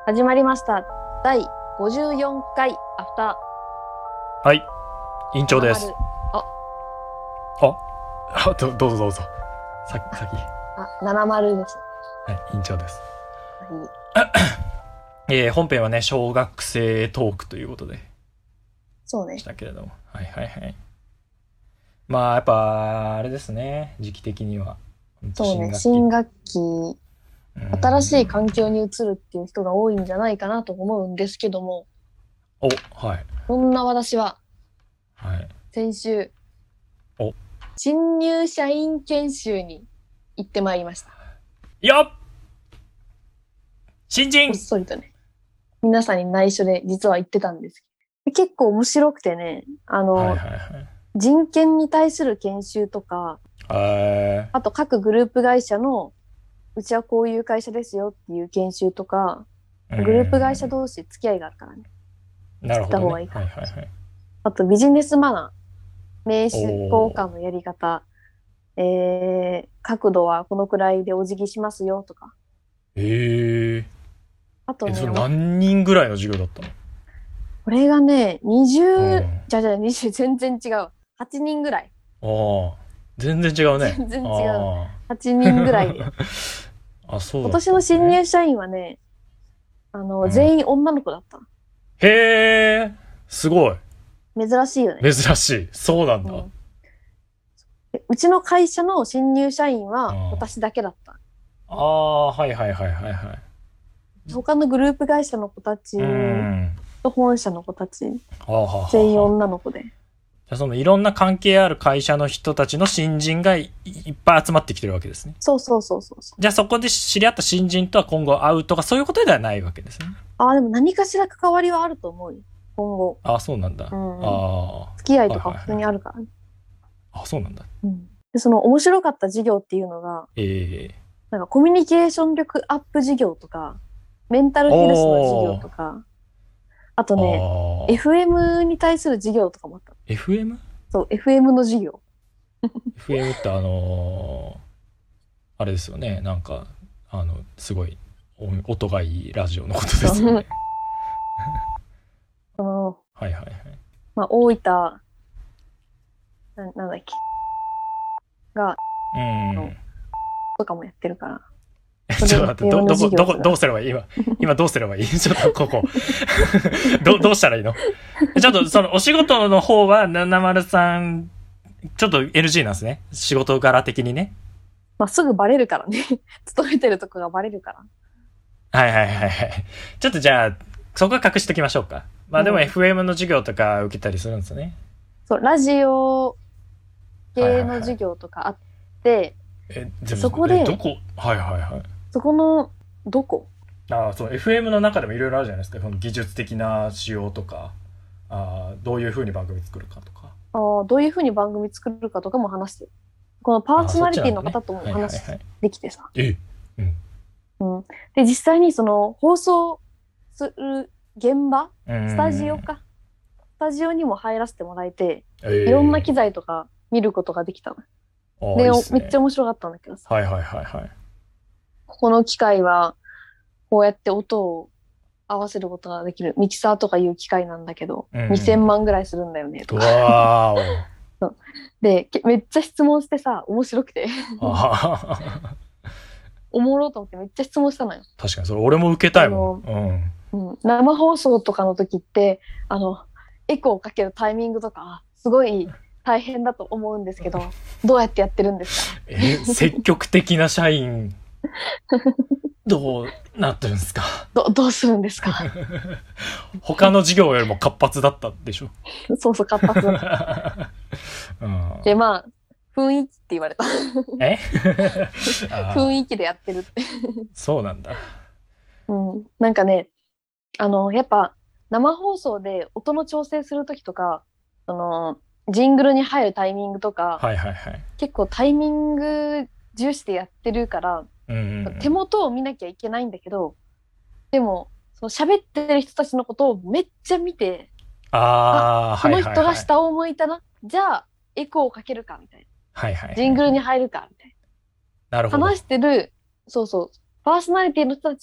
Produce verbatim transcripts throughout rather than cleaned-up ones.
始まりました。だいごじゅうよんかいアフタはい、委員ー長です。 ななまる。あ、 あ、あどどうぞどうぞ。さ先。 あ、ななまるです。 はい、委員長です。 はい。 えー、本編はね、小学生トークということでそうね。 したけれども。はいはいはい。まあ、やっぱ、あれですね。時期的には。ほんとそうね。 新学期。 新学期、 うー新しい環ん。 境に移るっていう人が多いんじゃないかなと思うんですけども、 お、はい。 そんな私ははい。 先週、 お、 新入社員研修に行ってまいりました。 よっ新こっ人そりとね。皆さんに内緒で実は行ってたんですけど。結構面白くてね、あの、 はいはいはい。 人権に対する研修とか、 はあと各グループ会社のうちはこういう会社ですよっていう研修とか、 ーい。うグループ会社ーん。 同士付き合いがあるからね。知っなるほどね。 た方がいいから。 はいはいはい。 あとビジネスマナー、名お刺交ー。 換のやり方、えー、角度はこのくらいでお辞儀しますよとか。 えー。え、 あとね、 それお何人ぐらいの授業だったの？ これがね、にじゅう、 うん。 じゃじゃにじゅう全然違う。はちにんぐらい。 ああ、全然違うね。 全然違う。 あはちにんぐらいで。 あ。あ、そうだっ今年のたんですね。 新入社員はね、あの、 うん。 全員女の子だった。 へえ、すごい。 珍しいよね。 珍しい。そうなんだ。 うん。でうちの会社の新入社員はあ私だけだった。 あ、あー、はいはいはいはいはい。 他のグループ会社の子たちうーん。 と本社の子たち、 はあ、はあは全員あはあ。 女の子で。 じゃあそのいろんな関係ある会社の人たちの新人がい、いっぱい集まってきてるわけですね。 そうそうそうそうそう。 じゃあそこで知り合った新人とは今後会うとかそういうことではないわけですね。 ああ、でも何かしら関わりはあると思うよ。今後。 ああ、そうなんだ。 うんうん。 あ付き合いあ、はとか普通いはいはい。 にあるからね。 あ、そうなんだ。 うん。で、その面白かった授業っていうのが、 ええなんかコミュニケーション力アップ授業とか、メンタルー。 ヘルスの授業おー。 とか、あとね、 ああ。 エフエム に対する授業とかもあった。 エフエム？ そう、エフエム の授業。 エフエム ってあのーあれですよね。なんか、あの、すごいお音がいいラジオのことでそう。 すよね。 その、 はいはいはい。 まあ、大分、な、なんだっけ、が、 うのん。 とかもやってるから、そちょっとれ待って、ど、 エフエム のどこ、どこ、 授業とか。 どうすればいい今、今どうすればいいちょっとここ。ど、どうしたらいいの？ちょっとそのお仕事の方は、ななまるさん、ちょっと エヌジー なんですね。仕事柄的にね。 まあ、すぐバレるからね。勤めてるとこがバレるから。 はいはいはいはい。ちょっとじゃあ、そこは隠しときましょうか。まあでもうん。 エフエム の授業とか受けたりするんですね。 そう、ラジオはい系はいはい。 の授業とかあって、 え、でも、え、どそこで、 こ？はいはいはい。 そこの、どこああ、そう、エフエム の中でもいろいろあるじゃないですか。その技術的な仕様とか、ああ、どういう風に番組作るかとか。 あーどういうふうに番組作るかとかも話してる。このパーああ、そっソナリティちなんだね。 の方ともおはいはい話はい。 できてさ。 え、うん。 うん。で、実際にその放送する現場、 うースタジオん。 か。スタジオにも入らせてもらえて、いろんな機え材とか見ることができたの。 えー。ああ、いで、 いっおめっちゃすね。 面白かったんだけどさ。 はいはいはいはい。 この機械は、こうやって音を合わせることができる。ミキサーとかいう機械なんだけど、 うんうにせんん。 まんぐらいするんだよね、とうか。 わーお。 で、けめっちゃ質問してさ、面白くて、 ああ、 おもろうと思ってめっちゃ質問したのよ。 確かにそれ俺も受けたいもん。 あの、 うん。 うん、生放送とかの時って、あの、エコーをかけるタイミングとか、すごい大変だと思うんですけど、どうやってやってるんですか？ え、積極的な社員、どうなってるんですか？ ど、どうするんですか？ 他の授業よりも活発だったでしょ？ そうそう、活発だった。 うん、 で、まあ、雰囲気って言われた。 えああ、 雰囲気でやってるって。 そうなんだ。 うん。なんかね、あの、やっぱ、生放送で音の調整するときとか、その、ジングルに入るタイミングとか、 はいはいはい。 結構タイミング重視でやってるから、 うんうんう手ん。 元を見なきゃいけないんだけど、でも、その喋ってる人たちのことをめっちゃ見て、あ、 ああ、はいこのはいはい。 人が下を向いたな。じゃあ、エコーをかけるか、みたいな。 はいはいはいジングルにはい。 入るか、みたいな。 なるほど。 話してる、そうそう、パーソナリティの人たちを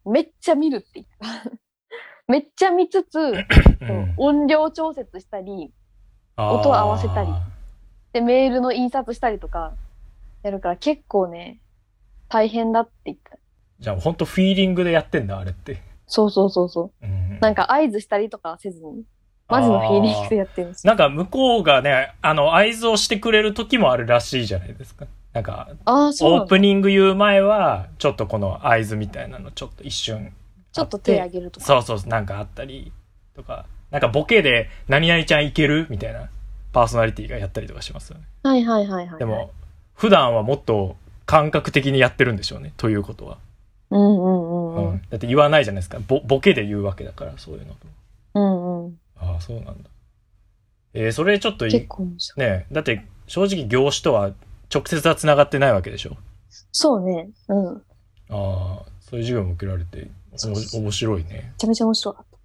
めっちゃ見るって言った。めっちゃ見つつ、 うん、 音量調節したり、音を合わせたり、で、メールの印刷したりとか、やるから結構ね、大変だって言った。 じゃあほんとフィーリングでやってんだ、あれって。 そうそうそうそう。うん、なんか合図したりとかせずに、マジのフィーリングでやってるんですよ。なんか向こうがね、あの、合図をしてくれる時もあるらしいじゃないですか。なんか、オープニング言う前は、ちょっとこの合図みたいなのちょっと一瞬。 ちょっと手上げるとか。 そうそう、なんかあったりとか。なんかボケで、何々ちゃんいけるみたいな、パーソナリティがやったりとかしますよね。 はいはいはいはい。 でも、普段はもっと感覚的にやってるんでしょうね。ということは。 うんうんうん、うん。 だって言わないじゃないですか。ボ、ボケで言うわけだから、そういうのと。 うんうん。 ああ、そうなんだ。えー、それちょっと結構面白い。 ね、だって正直業種とは直接は繋がってないわけでしょ。 そうね。うん。 ああ、そういう授業も受けられて、面白いね。 めちゃめちゃ面白かった。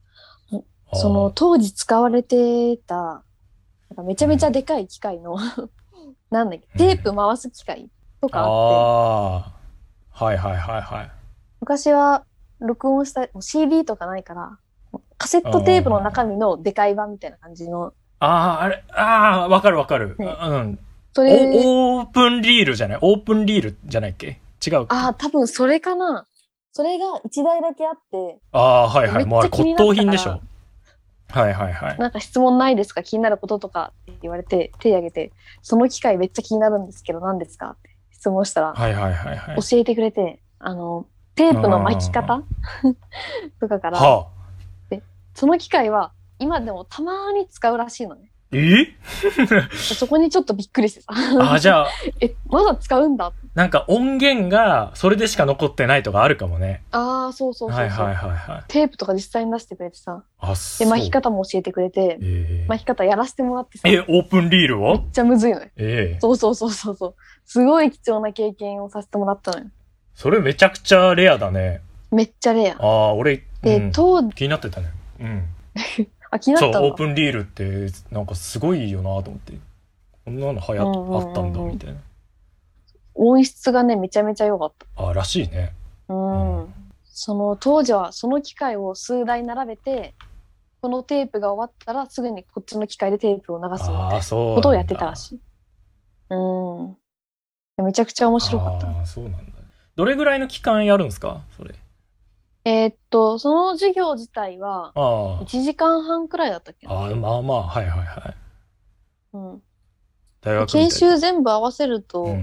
その当時使われてた、なんかめちゃめちゃでかい機械の、うん、なんだっけ、テープ回す機械とかあって。うん、 ああ、はいはいはいはい。 昔は録音した、シーディー とかないから、カセットテープの中身のでかい版みたいな感じの。 ああ、あれ、ああ、わかるわかる。ね、うん。 それオープンリールじゃないオープンリールじゃないっけ違う。 ああ、多分それかな。それが一台だけあって。 ああ、はいはい。もうあれ骨董品でしょ。はいはいはい。 なんか質問ないですか気になることとかって言われて、手挙げて、その機械めっちゃ気になるんですけど何ですかって質問したら、 はいはいはいはい。 教えてくれて、あの、テープの巻き方とかから、はあ、で、その機械は今でもたまに使うらしいのね。 えそこにちょっとびっくりしてさ。 あ、じゃあ。 え、まだ使うんだ。 なんか音源がそれでしか残ってないとかあるかもね。 ああ、そうそうそうそう。 はいはいはいはい。 テープとか実際に出してくれてさ。 あ、そう。 で、巻き方も教えてくれて、えー、巻き方やらせてもらってさ。 え、オープンリールをめっちゃむずいのよ。 ええー。 そうそうそうそうそう。すごい貴重な経験をさせてもらったのよ。 それめちゃくちゃレアだね。 めっちゃレア。 ああ、俺、 で、うん、当気になってたね。うん。 あ、気になったんだ。 そう、オープンリールってなんかすごいよなと思って。こんなの流行っ、あったんだみたいな。 音質がね、めちゃめちゃ良かった。 あ、らしいね。 うん。うん、その当時はその機械を数台並べて、このテープが終わったらすぐにこっちの機械でテープを流すみたいなことをやってたらしい。うん。めちゃくちゃ面白かった。 ああ、そうなんだ。どれぐらいの期間やるんですかそれ。 えー、っと、その授業自体はいちじかんはんくらいだったっけな。 ああ、まあまあ、はいはいはい。 うん。 大学研修全部合わせると、うん、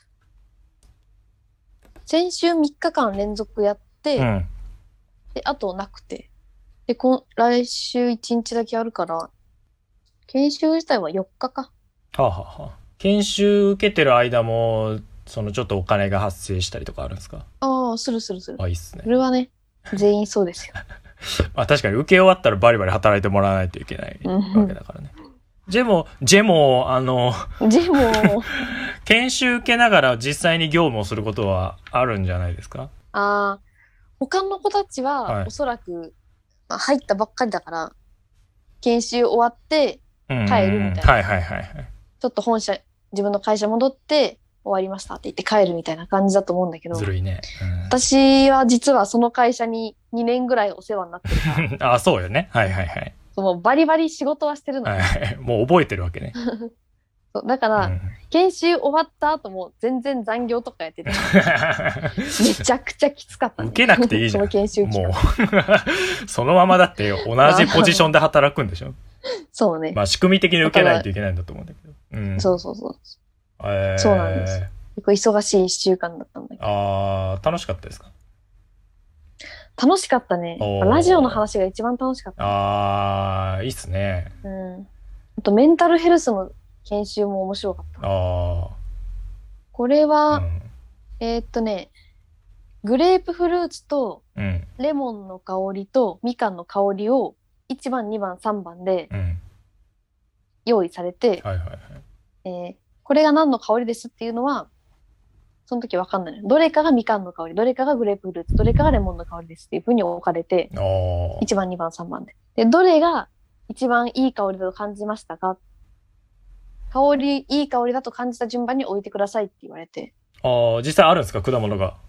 先週みっかかん連続やって、うん、で、あとなくて。で、こ来週いちにちだけあるから、研修自体はよっかか。 はあ、はあ、研修受けてる間も、そのちょっとお金が発生したりとかあるんですか？ ああ、するするする。 あ、いいっすね。 それはね、全員そうですよ。 まあ確かに受け終わったらバリバリ働いてもらわないといけないわけだからね。ジェも、ジェも、あの、 ジェも、 研修受けながら実際に業務をすることはあるんじゃないですか？ ああ、他の子たちは、はい、おそらく、まあ、入ったばっかりだから、研修終わって帰るみたいな。 はいはいはい。 ちょっと本社、自分の会社戻って終わりましたって言って帰るみたいな感じだと思うんだけど。 ずるいね。 うん、私は実はその会社ににねんぐらいお世話になってるから。 あ、そうよね。はいはいはい。 もうバリバリ仕事はしてるの、 はい、もう覚えてるわけね。 そうだから、うん、研修終わった後も全然残業とかやっててめちゃくちゃきつかった、ね、 受けなくていいじゃん。 その研修期間もうそのままだって同じポジションで働くんでしょ。 そうね。 まあ仕組み的に受けないといけないんだと思うんだけど。 うん、そうそうそう。 えー、 そうなんです。結構忙しい一週間だったんだけど。 ああ、楽しかったですか？ 楽しかったね。ラジオの話が一番楽しかった、ね。 ああ、いいっすね。 うん。あとメンタルヘルスの研修も面白かった。ああ。これは、うん、えー、っとね、グレープフルーツとレモンの香りとみかんの香りをいちばん、にばん、さんばんで用意されて、 うんはいはいはいえー、これが何の香りですっていうのは、その時わかんないの。どれかがみかんの香り、どれかがグレープフルーツ、どれかがレモンの香りですっていう風に置かれて、いちばん、にばん、さんばんで。で、どれが一番いい香りだと感じましたか？香り、いい香りだと感じた順番に置いてくださいって言われて。 ああ、実際あるんですか？果物が。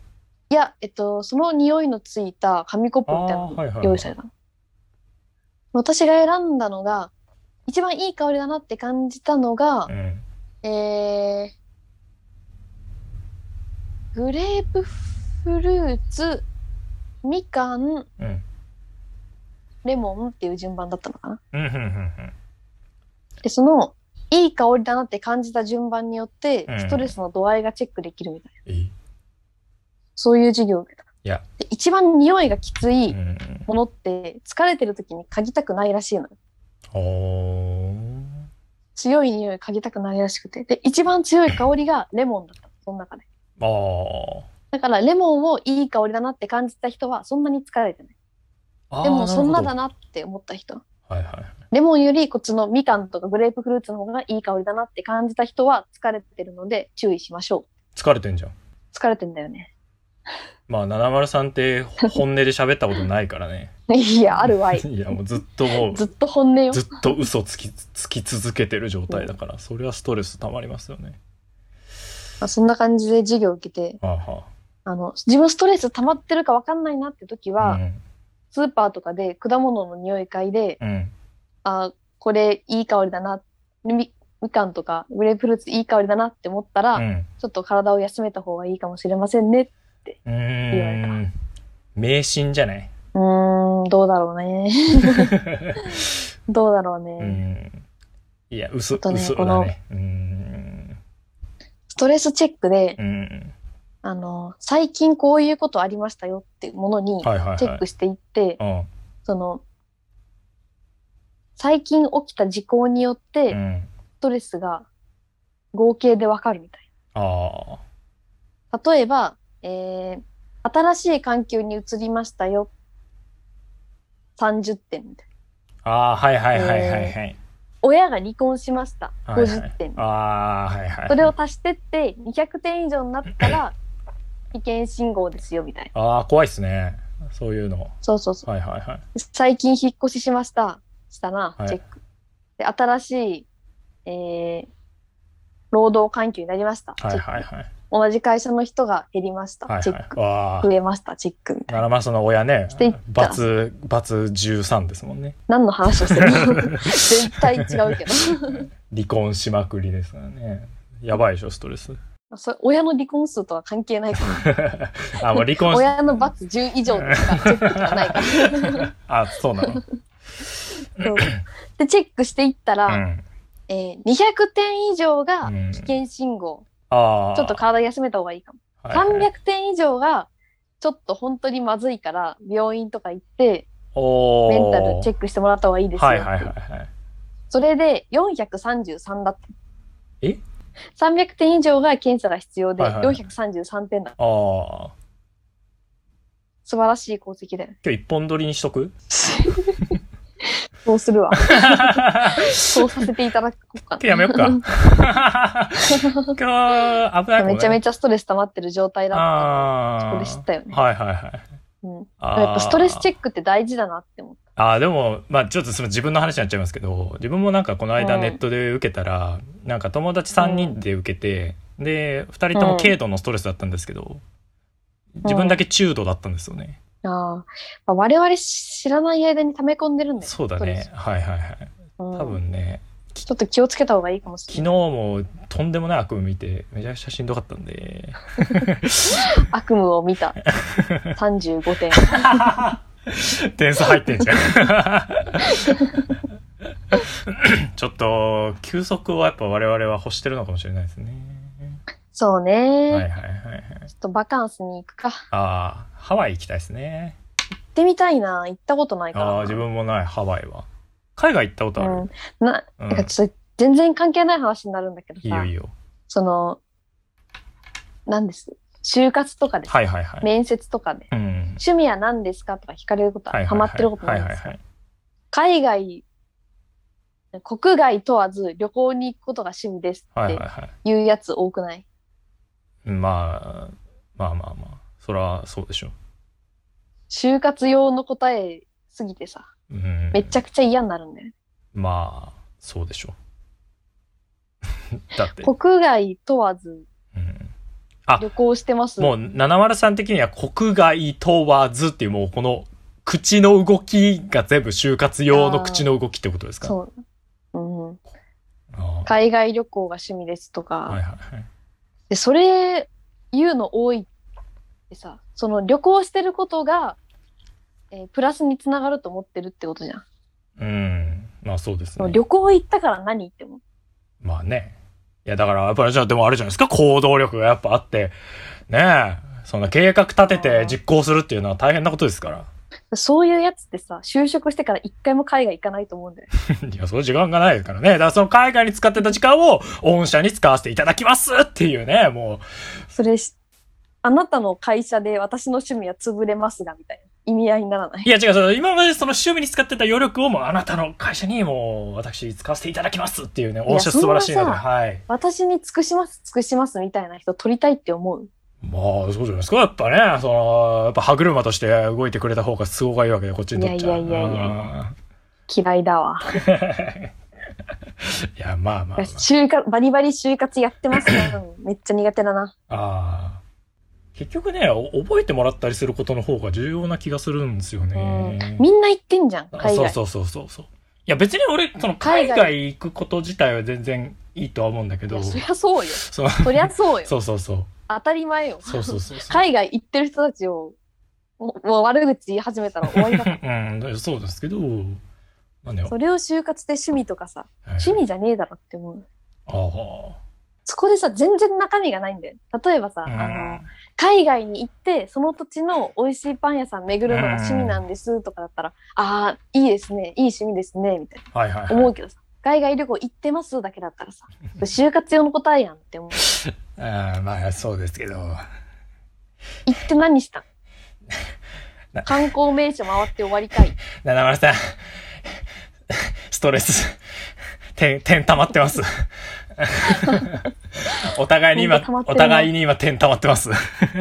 いや、えっと、その匂いのついた紙コップみたいなのが用意されたの。私が選んだのが、一番いい香りだなって感じたのが、 うん、 えー、グレープフルーツ、みかん、 うん、 レモンっていう順番だったのかな。 うん、うん、うん、 で、その、いい香りだなって感じた順番によって、 うん、 ストレスの度合いがチェックできるみたいな。 えそういう授業を受けた。 いや、 で、一番匂いがきついうん、 ものって、疲れてる時に嗅ぎたくないらしいのよ。 おー。 強い匂い嗅ぎたくないらしくて。で、一番強い香りがレモンだった。その中で。 あー。 だから、レモンをいい香りだなって感じた人は、そんなに疲れてない。 あー、 でも、そんなるほど。 だなって思った人。 はいはい。 レモンよりこっちのみかんとかグレープフルーツの方がいい香りだなって感じた人は疲れてるので注意しましょ疲れてんじゃん。 う。疲れてんだよね。 まあ、ななまるさんって本音で喋ったことないからね。 いや、あるわい。 いや、もうずっともう、 ずっと本音よ。 ずっと嘘つき、つき続けてる状態だから、それはストレス溜まりますよね。 まあ、そんな感じで授業を受けて、 はあはあの、自分ストレス溜まってるか分かんないなって時あ。 は、 うん。 スーパーとかで果物の匂い嗅いで、 うん。 あ、これいい香りだな、み、みかんとかグレープフルーツいい香りだなって思ったら、 うん。 ちょっと体を休めた方がいいかもしれませんねってう言われた。 ーん。迷信じゃない？ うーん、どうだろうね。どうだろううね。 ん。いや、嘘、 あとね嘘だね。うーん。 ストレスチェックで、 うん。 あの、最近こういうことありましたよっていうものにはいはいはい。 チェックしていって、 うん。 その、最近起きた事項によっうて、 ん。 ストレスが合計でわかるみたいあな。例えば、えー、新しい環境に移りましたよ。さんじゅってんみたいあ。ああ、はいはいはいはいはな。 い。 親が離婚しました。 はいはい、 ごじってん。 ああ、はいはい。 それを足してってにひゃくてん以上になったら危険信号ですよみたいな。 ああ、怖いっすね。そういうの。 そうそうそう。 はいはいはい。 最近引っ越ししました。したな、 はい、 チェック。で、新しい、えー、労働環境になりました。 はいはいはい。 同じ会社の人が減りました。 はいはい、 チェック。 増えました。チェックみたいな。 ならまあその親ね、 バツ、バツじゅうさんですもんね。 何の話をしてるの絶対違うけど。 離婚しまくりですからね。やばいでしょ、ストレス。 それ親の離婚数とは関係ないから。 あ、もう離婚親のバツじゅう以上とかチェックとかないから。 あ、そうなの。そうで、チェックしていったら、 うんえー、にひゃくてん以上が危険信号。うん、あちょっと体休めた方がいいかも。はいはい、さんびゃくてん以上がちょっと本当にまずいから病院とか行ってメンタルチェックしてもらった方がいいですよ。はいはいはいはい。それでよんひゃくさんじゅうさんだった。 え ? さんびゃくてん以上が検査が必要でよんひゃくさんじゅうさんてんだった。はいはいはい、ああ。素晴らしい功績だよ。 今日一本取りにしとくそうするわ。そうさせていただこうかな。 やめよっか。今日、危ない。 めちゃめちゃストレス溜まってる状態だったの。そこで知ったよね。 はいはいはい。 うん、やっぱストレスチェックって大事だなって思った。 ああ、でも、まあちょっとその自分の話になっちゃいますけど、自分もなんかこの間ネットで受けたら、うん、なんか友達さんにんで受けて、うん、で、ふたりとも軽度のストレスだったんですけど、うん、自分だけ中度だったんですよね。 あ、まあ、我々知らない間に溜め込んでるんだよね。 そうだね。はいはいはい。うん、多分ね。 ちょっと気をつけた方がいいかもしれない。 昨日もとんでもない悪夢見て、めちゃくちゃしんどかったんで。 悪夢を見た。さんじゅうごてん。 点数入ってんじゃん。ちょっと、休息をやっぱ我々は欲してるのかもしれないですね。 そうね。はいはいはいはい。 ちょっとバカンスに行くか。 ああ、ハワイ行きたいですね。 行ってみたいな。行ったことないから。 ああ、自分もない、ハワイは。海外行ったことある？ うん、な、うん、なんかちょっと全然関係ない話になるんだけどさ。 いいよいいよ。 その、何です？就活とかで、 はいはいはい、 面接とかで、うん、趣味は何ですかとか聞かれることは、はいはいはい、ハマってることないですか、はいはいはい、海外、国外問わず旅行に行くことが趣味ですっていうやつ多くない？はいはいはい、 まあ、まあまあまあ、それはそうでしょう。 就活用の答えすぎてさ、うん、めちゃくちゃ嫌になるんだよね。 まあ、そうでしょう。だって。 国外問わず、 うん旅行してます。 もうななまるさん的には国外問わずっていう、もうこの口の動きが全部就活用の口の動きってことですか？ そう。うん。海外旅行が趣味ですとか。はいはいはい。で、それ言うの多いってさ、その旅行してることが、えー、プラスにつながると思ってるってことじゃん。 うん。まあそうですね。 旅行行ったから何って思う。 まあね。いやだからやっぱりじゃあでもあるじゃないですか、行動力がやっぱあって、ねえ、そんな計画立てて実行するっていうのは大変なことですから。 そういうやつってさ、就職してから一回も海外行かないと思うんだよ。 いや、そういう時間がないですからね。だからその海外に使ってた時間を御社に使わせていただきますっていうね、もう。 それ、あなたの会社で私の趣味は潰れますが、みたいな意味合いにならない。 いや違う、その今までその趣味に使ってた余力をもうあなたの会社にもう私使わせていただきますっていうね、御社素晴らしいので、はい。 私に尽くします、尽くしますみたいな人取りたいって思う。 まあ、そうじゃないですか。やっぱね、その、やっぱ歯車として動いてくれた方が都合がいいわけで、こっちにとっちゃう。 いやいやいやいや。嫌いだわ。 いや、まあまあ、まあ。 就活、バリバリ就活やってますね。めっちゃ苦手だな。 ああ。結局ね、覚えてもらったりすることの方が重要な気がするんですよね。 みんな行ってんじゃん、海外。 そうそうそうそう。いや別に俺、その海外行くこと自体は全然いいとは思うんだけど。 そりゃそうよ。そ, そりゃそうよ。 そうそうそう。 当たり前よ。 そうそうそうそう。 海外行ってる人たちを、もう悪口言い始めたら終わりだから。 うん、そうですけど、 まあね、それを就活で趣味とかさ、はい、趣味じゃねえだろって思う。ああ。そこでさ、全然中身がないんだよ。例えばさ、うん、あの、海外に行って、その土地の美味しいパン屋さん巡るのが趣味なんですとかだったら、うん、ああ、いいですね、いい趣味ですね、みたいな。はいはいはい、思うけどさ、海外旅行行ってますだけだったらさ、就活用の答えやんって思う。 ああ、まあそうですけど。 行って何したん観光名所回って終わりかい。 ななまるさん、ストレス、点、点溜まってます。お互いに今、お互いに今点溜まってます。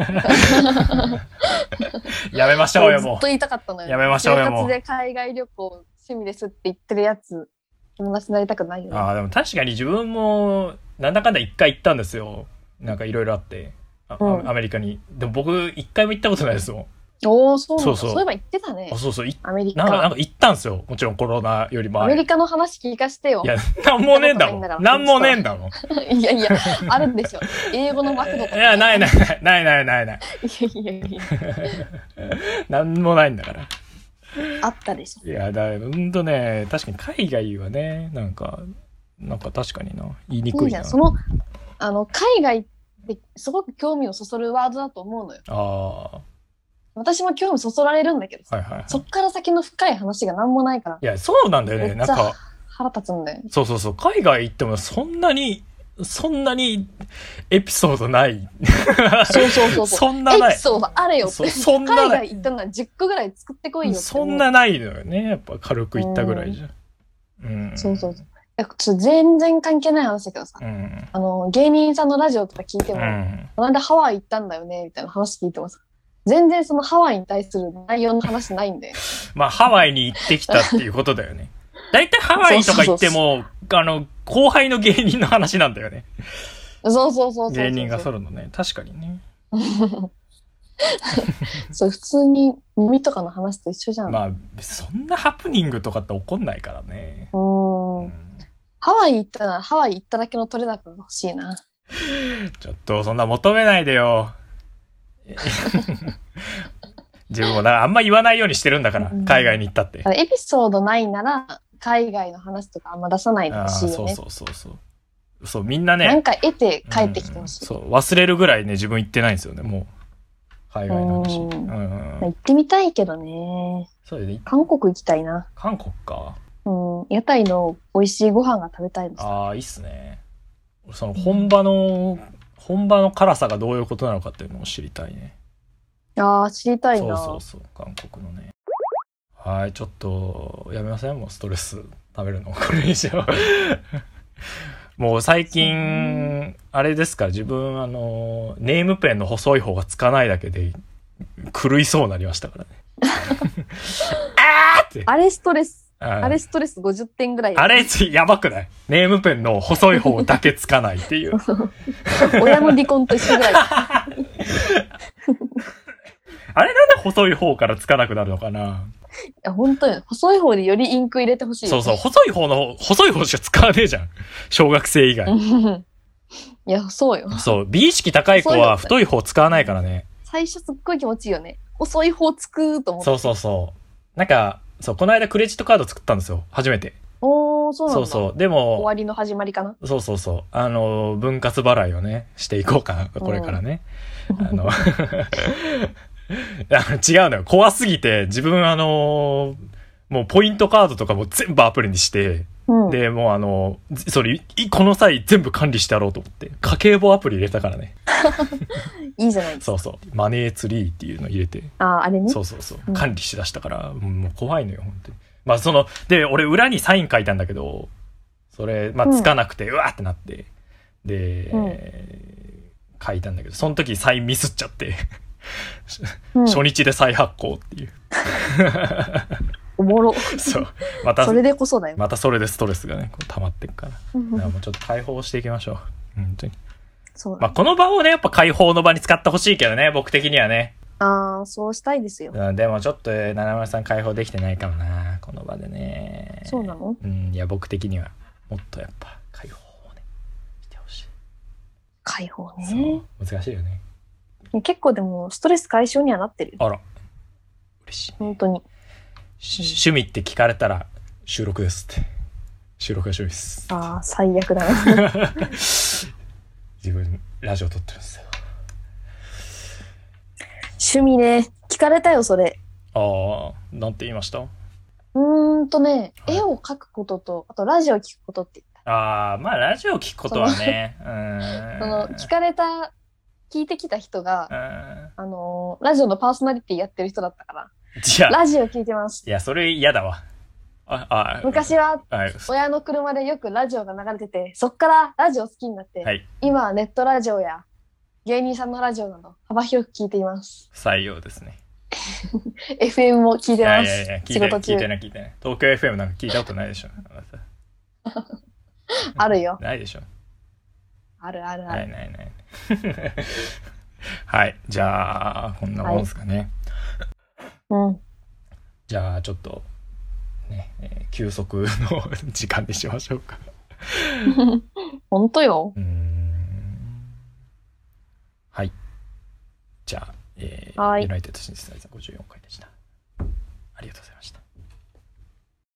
やめましょうよ、もう。 ずっと言いたかったのよ。 やめましょうよ、もう。 就活で海外旅行趣味ですって言ってるやつ、友達になりたくないよね。 ああ、でも確かに自分も、なんだかんだ一回行ったんですよ。なんかいろいろあって、うん、アメリカに。でも僕、一回も行ったことないですもん。 おー、そうなんだ。そうそう。そういえば言ってたね。 あ、そうそう。 アメリカ。 なんか、なんか行ったんですよ。もちろんコロナより前。 アメリカの話聞かしてよ。 いや、なんもねえんだもん。なんもねえんだもん。 いやいや、あるんでしょ。英語のマクドとか。 いや、ないないない、ないないないない。 いやいやいや。 なんもないんだから。 あったでしょ。 いや、だ、うんとね、確かに海外はね、なんか、なんか確かにな、言いにくいな。いいじゃん。 その、あの、海外ってすごく興味をそそるワードだと思うのよ。ああ。私も興味そそられるんだけどさ、はいはいはい、そっから先の深い話が何もないから。 いや、そうなんだよね。なんか腹立つんだよ。 そうそうそう。海外行ってもそんなに、そんなにエピソードない。 そうそうそうそう。 そんなない。 エピソードあれよって。そそんな海外行ったのはじゅっこぐらい作ってこいよって。 そんなないのよね。やっぱ軽く行ったぐらいじゃん。 うん。そうそうそう。ちょっと全然関係ない話だけどさ、うん、あの芸人さんのラジオとか聞いても、うん、この間ハワイ行ったんだよねみたいな話聞いてもさ、全然そのハワイに対する内容の話ないんで。 まあハワイに行ってきたっていうことだよね。だいたいハワイとか行っても、あの後輩の芸人の話なんだよね。 そうそうそうそうそう。 芸人がそるのね、確かにね。 そう普通に耳とかの話と一緒じゃん。 まあそんなハプニングとかって起こんないからね。 うん。うんハワイ行ったら、ハワイ行っただけの取れ高が欲しいな。 ちょっと、そんな求めないでよ。自分も、だからあんま言わないようにしてるんだから、うん、海外に行ったって。 エピソードないなら、海外の話とかあんま出さないでほしいよね。 そうそうそうそう。そう、みんなね。 なんか得て帰ってきてほしい、 うん。そう、忘れるぐらいね、自分行ってないんですよね、もう。海外の話。うんうん、行ってみたいけどね。 そうね。 韓国行きたいな。 韓国か。 うん、屋台の美味しいご飯が食べたいです。 ああ、いいっすね。その本場の、うん、本場の辛さがどういうことなのかっていうのを知りたいね。 ああ、知りたいな。 そうそうそう、韓国のね。はい、ちょっと、やめません？もうストレス食べるの。これ以上。もう最近、あれですか、自分、あの、ネームペンの細い方がつかないだけで、狂いそうになりましたからね。あーって。 あれストレス。 あれストレスごじゅってんぐらい。 あれやばくない？ネームペンの細い方だけつかないっていう。 親の離婚と一緒ぐらい。 あれなんで細い方からつかなくなるのかな。 いや本当に細い方でよりインク入れてほしい。 そうそう、細い方の細い方しか使わねえじゃん、小学生以外。 いやそうよ。 そう、美意識高い子は太い方使わないからね。 最初すっごい気持ちいいよね。細い方つくと思って。 そうそうそう。なんかそう、この間クレジットカード作ったんですよ、初めて。 おー、そうなんだ。 そうそう。でも終わりの始まりかな。 そうそうそう。あの分割払いをねしていこうかな、これからね。うん、あの違うのよ。怖すぎて自分あのもうポイントカードとかも全部アプリにして、うん、でもうあのそれこの際全部管理してやろうと思って家計簿アプリ入れたからね。 いいじゃないですか。 そうそう、マネーツリーっていうの入れて、 ああれね。 そうそうそう、うん、管理しだしたから、もう怖いのよ本当に。まあそので俺裏にサイン書いたんだけど、それまあつかなくて、うん、うわーってなってで、うん、書いたんだけど、その時サインミスっちゃって、うん、初日で再発行っていう。 おもろ。 そう、またそれでこそだよ。 またそれでストレスがねこう溜まってくから、だからもうちょっと解放していきましょう本当に。 そうだね。 まあこの場をねやっぱ解放の場に使ってほしいけどね、僕的にはね。 ああ、そうしたいですよ。 うん、でもちょっと七村さん解放できてないかもな、この場でね。 そうなの？ うん、いや僕的にはもっとやっぱ解放をねしてほしい。 解放ね。 そう難しいよね。 結構でもストレス解消にはなってるよ。 あら嬉しい、ね、 本当に。 趣味って聞かれたら収録ですって。収録が趣味です。 ああ最悪だな。 自分ラジオ撮ってるんですよ。 趣味ね、聞かれたよそれ。 ああ、なんて言いました？ うーんとね、はい、絵を描くこととあとラジオを聞くことって言った。 ああ、まあラジオ聞くことはね、 その、うん、その聞かれた聞いてきた人が、あのラジオのパーソナリティやってる人だったから。いやラジオ聞いてます。 いやそれ嫌だわ。ああ昔は親の車でよくラジオが流れてて、そっからラジオ好きになって、はい、今はネットラジオや芸人さんのラジオなど幅広く聞いています。 採用ですね。 エフエム も聞いてます。 いやいやいや聞いて仕事中聞いてない聞いてない。東京 エフエム なんか聞いたことないでしょ。 あるよ。 ないでしょ。 あるあるある。 ないないない。はい、じゃあこんなもんですかね。 はい、うん。 じゃあちょっとね、えー、休息の時間にしましょうか。 本当よ。 うーん、はい。じゃあ、えー、ユナイテッドシンセサイザーごじゅうよんかいでした。ありがとうございました。